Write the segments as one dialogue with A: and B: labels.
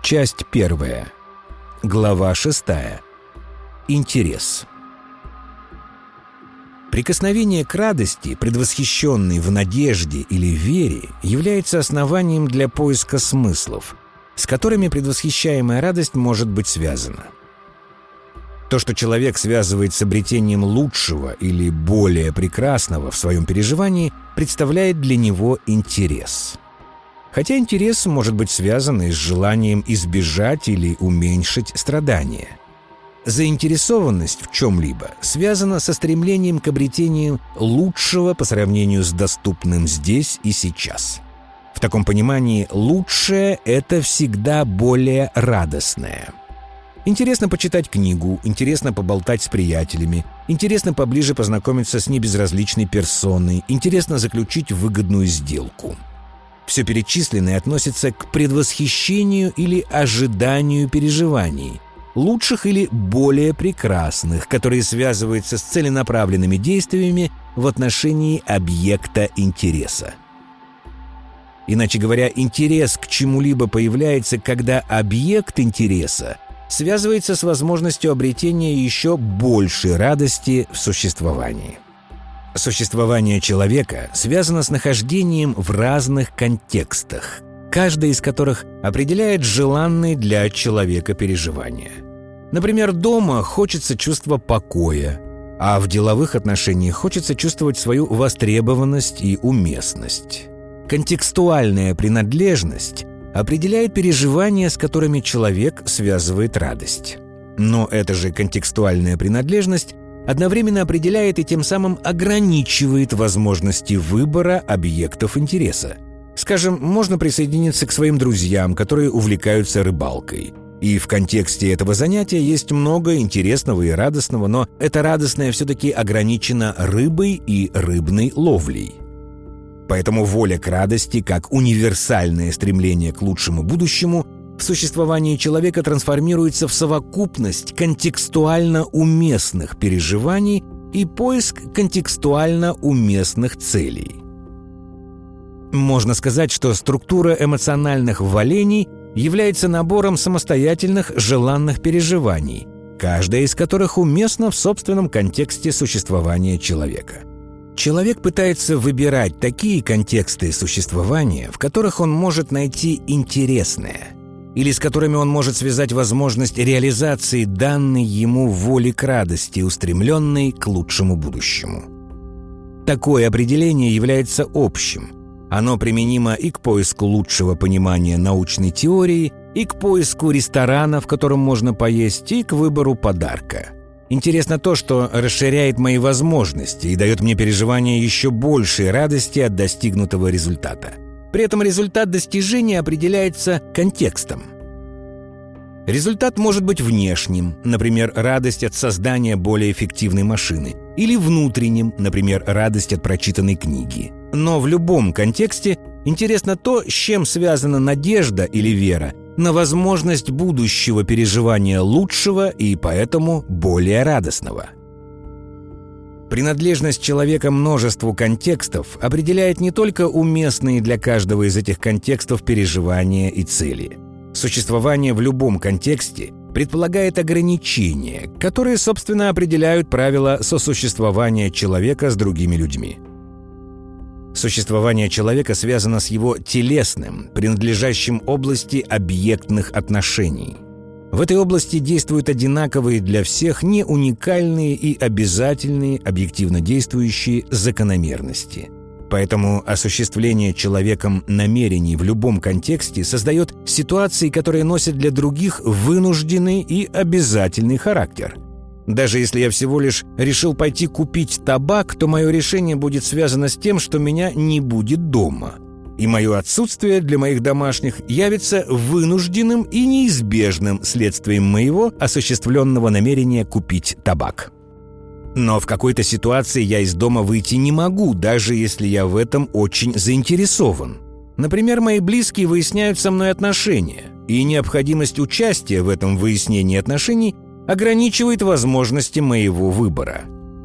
A: Часть 1. Глава 6. Интерес. Прикосновение к радости, предвосхищенной в надежде или вере, является основанием для поиска смыслов, с которыми предвосхищаемая радость может быть связана. То, что человек связывает с обретением лучшего или более прекрасного в своем переживании, представляет для него интерес. Хотя интерес может быть связан и с желанием избежать или уменьшить страдания. Заинтересованность в чем-либо связана со стремлением к обретению лучшего по сравнению с доступным здесь и сейчас. В таком понимании лучшее – это всегда более радостное. Интересно почитать книгу, интересно поболтать с приятелями, интересно поближе познакомиться с небезразличной персоной, интересно заключить выгодную сделку. Все перечисленное относится к предвосхищению или ожиданию переживаний, лучших или более прекрасных, которые связываются с целенаправленными действиями в отношении объекта интереса. Иначе говоря, интерес к чему-либо появляется, когда объект интереса связывается с возможностью обретения еще большей радости в существовании. Существование человека связано с нахождением в разных контекстах, каждый из которых определяет желанные для человека переживания. Например, дома хочется чувства покоя, а в деловых отношениях хочется чувствовать свою востребованность и уместность. Контекстуальная принадлежность определяет переживания, с которыми человек связывает радость. Но эта же контекстуальная принадлежность одновременно определяет и тем самым ограничивает возможности выбора объектов интереса. Скажем, можно присоединиться к своим друзьям, которые увлекаются рыбалкой. И в контексте этого занятия есть много интересного и радостного, но это радостное все-таки ограничено рыбой и рыбной ловлей. Поэтому воля к радости, как универсальное стремление к лучшему будущему, в существовании человека трансформируется в совокупность контекстуально уместных переживаний и поиск контекстуально уместных целей. Можно сказать, что структура эмоциональных ввалений является набором самостоятельных желанных переживаний, каждая из которых уместна в собственном контексте существования человека. Человек пытается выбирать такие контексты существования, в которых он может найти интересное, или с которыми он может связать возможность реализации данной ему воли к радости, устремленной к лучшему будущему. Такое определение является общим. Оно применимо и к поиску лучшего понимания научной теории, и к поиску ресторана, в котором можно поесть, и к выбору подарка. Интересно то, что расширяет мои возможности и дает мне переживание еще большей радости от достигнутого результата. При этом результат достижения определяется контекстом. Результат может быть внешним, например, радость от создания более эффективной машины, или внутренним, например, радость от прочитанной книги. Но в любом контексте интересно то, с чем связана надежда или вера на возможность будущего переживания лучшего и поэтому более радостного. Принадлежность человека множеству контекстов определяет не только уместные для каждого из этих контекстов переживания и цели. Существование в любом контексте предполагает ограничения, которые, собственно, определяют правила сосуществования человека с другими людьми. Существование человека связано с его телесным, принадлежащим области объектных отношений. В этой области действуют одинаковые для всех не уникальные и обязательные объективно действующие закономерности. Поэтому осуществление человеком намерений в любом контексте создает ситуации, которые носят для других вынужденный и обязательный характер. Даже если я всего лишь решил пойти купить табак, то мое решение будет связано с тем, что меня не будет дома. И мое отсутствие для моих домашних явится вынужденным и неизбежным следствием моего осуществленного намерения купить табак. Но в какой-то ситуации я из дома выйти не могу, даже если я в этом очень заинтересован. Например, мои близкие выясняют со мной отношения, и необходимость участия в этом выяснении отношений ограничивает возможности моего выбора.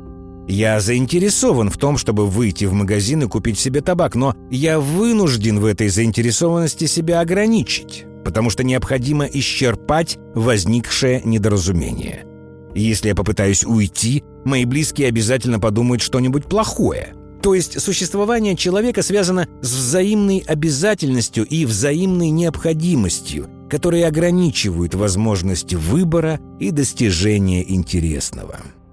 A: Я заинтересован в том, чтобы выйти в магазин и купить себе табак, но я вынужден в этой заинтересованности себя ограничить, потому что необходимо исчерпать возникшее недоразумение. Если я попытаюсь уйти, мои близкие обязательно подумают что-нибудь плохое. То есть существование человека связано с взаимной обязательностью и взаимной необходимостью, которые ограничивают возможность выбора и достижения интересного.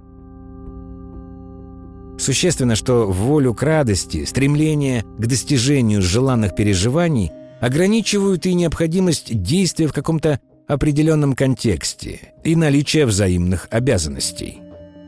A: Существенно, что волю к радости, стремление к достижению желанных переживаний ограничивают и необходимость действия в каком-то определенном контексте и наличие взаимных обязанностей.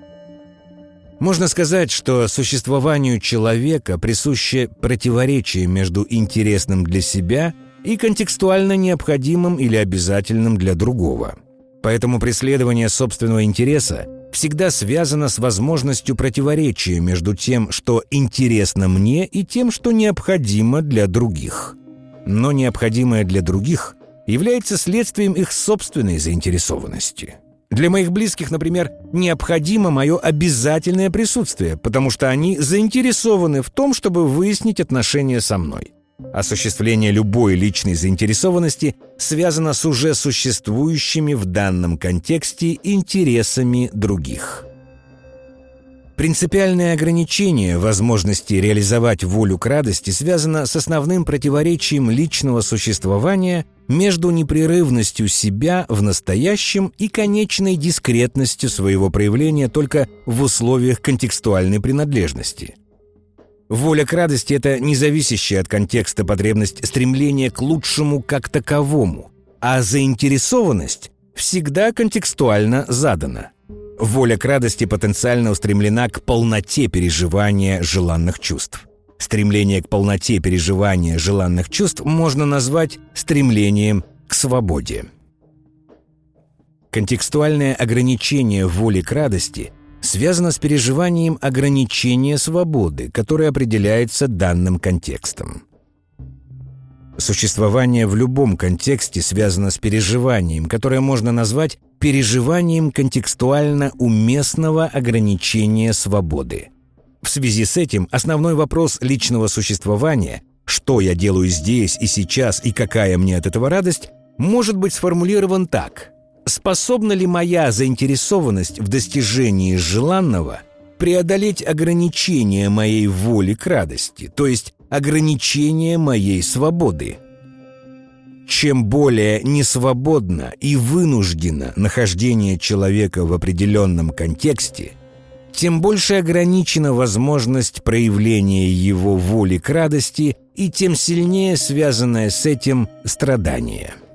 A: Можно сказать, что существованию человека присуще противоречие между интересным для себя и контекстуально необходимым или обязательным для другого. Поэтому преследование собственного интереса всегда связано с возможностью противоречия между тем, что интересно мне, и тем, что необходимо для других. Но необходимое для других является следствием их собственной заинтересованности. Для моих близких, например, необходимо мое обязательное присутствие, потому что они заинтересованы в том, чтобы выяснить отношения со мной. Осуществление любой личной заинтересованности связано с уже существующими в данном контексте интересами других. Принципиальное ограничение возможности реализовать волю к радости связано с основным противоречием личного существования между непрерывностью себя в настоящем и конечной дискретностью своего проявления только в условиях контекстуальной принадлежности. Воля к радости – это независящая от контекста потребность стремления к лучшему как таковому, а заинтересованность всегда контекстуально задана. Воля к радости потенциально устремлена к полноте переживания желанных чувств. Стремление к полноте переживания желанных чувств можно назвать стремлением к свободе. Контекстуальное ограничение воли к радости связано с переживанием ограничения свободы, которое определяется данным контекстом. Существование в любом контексте связано с переживанием, которое можно назвать переживанием контекстуально уместного ограничения свободы. В связи с этим основной вопрос личного существования «что я делаю здесь и сейчас и какая мне от этого радость» может быть сформулирован так: способна ли моя заинтересованность в достижении желанного преодолеть ограничение моей воли к радости, то есть ограничение моей свободы? Чем более несвободно и вынуждено нахождение человека в определенном контексте, тем больше ограничена возможность проявления его воли к радости и тем сильнее связанное с этим страдание.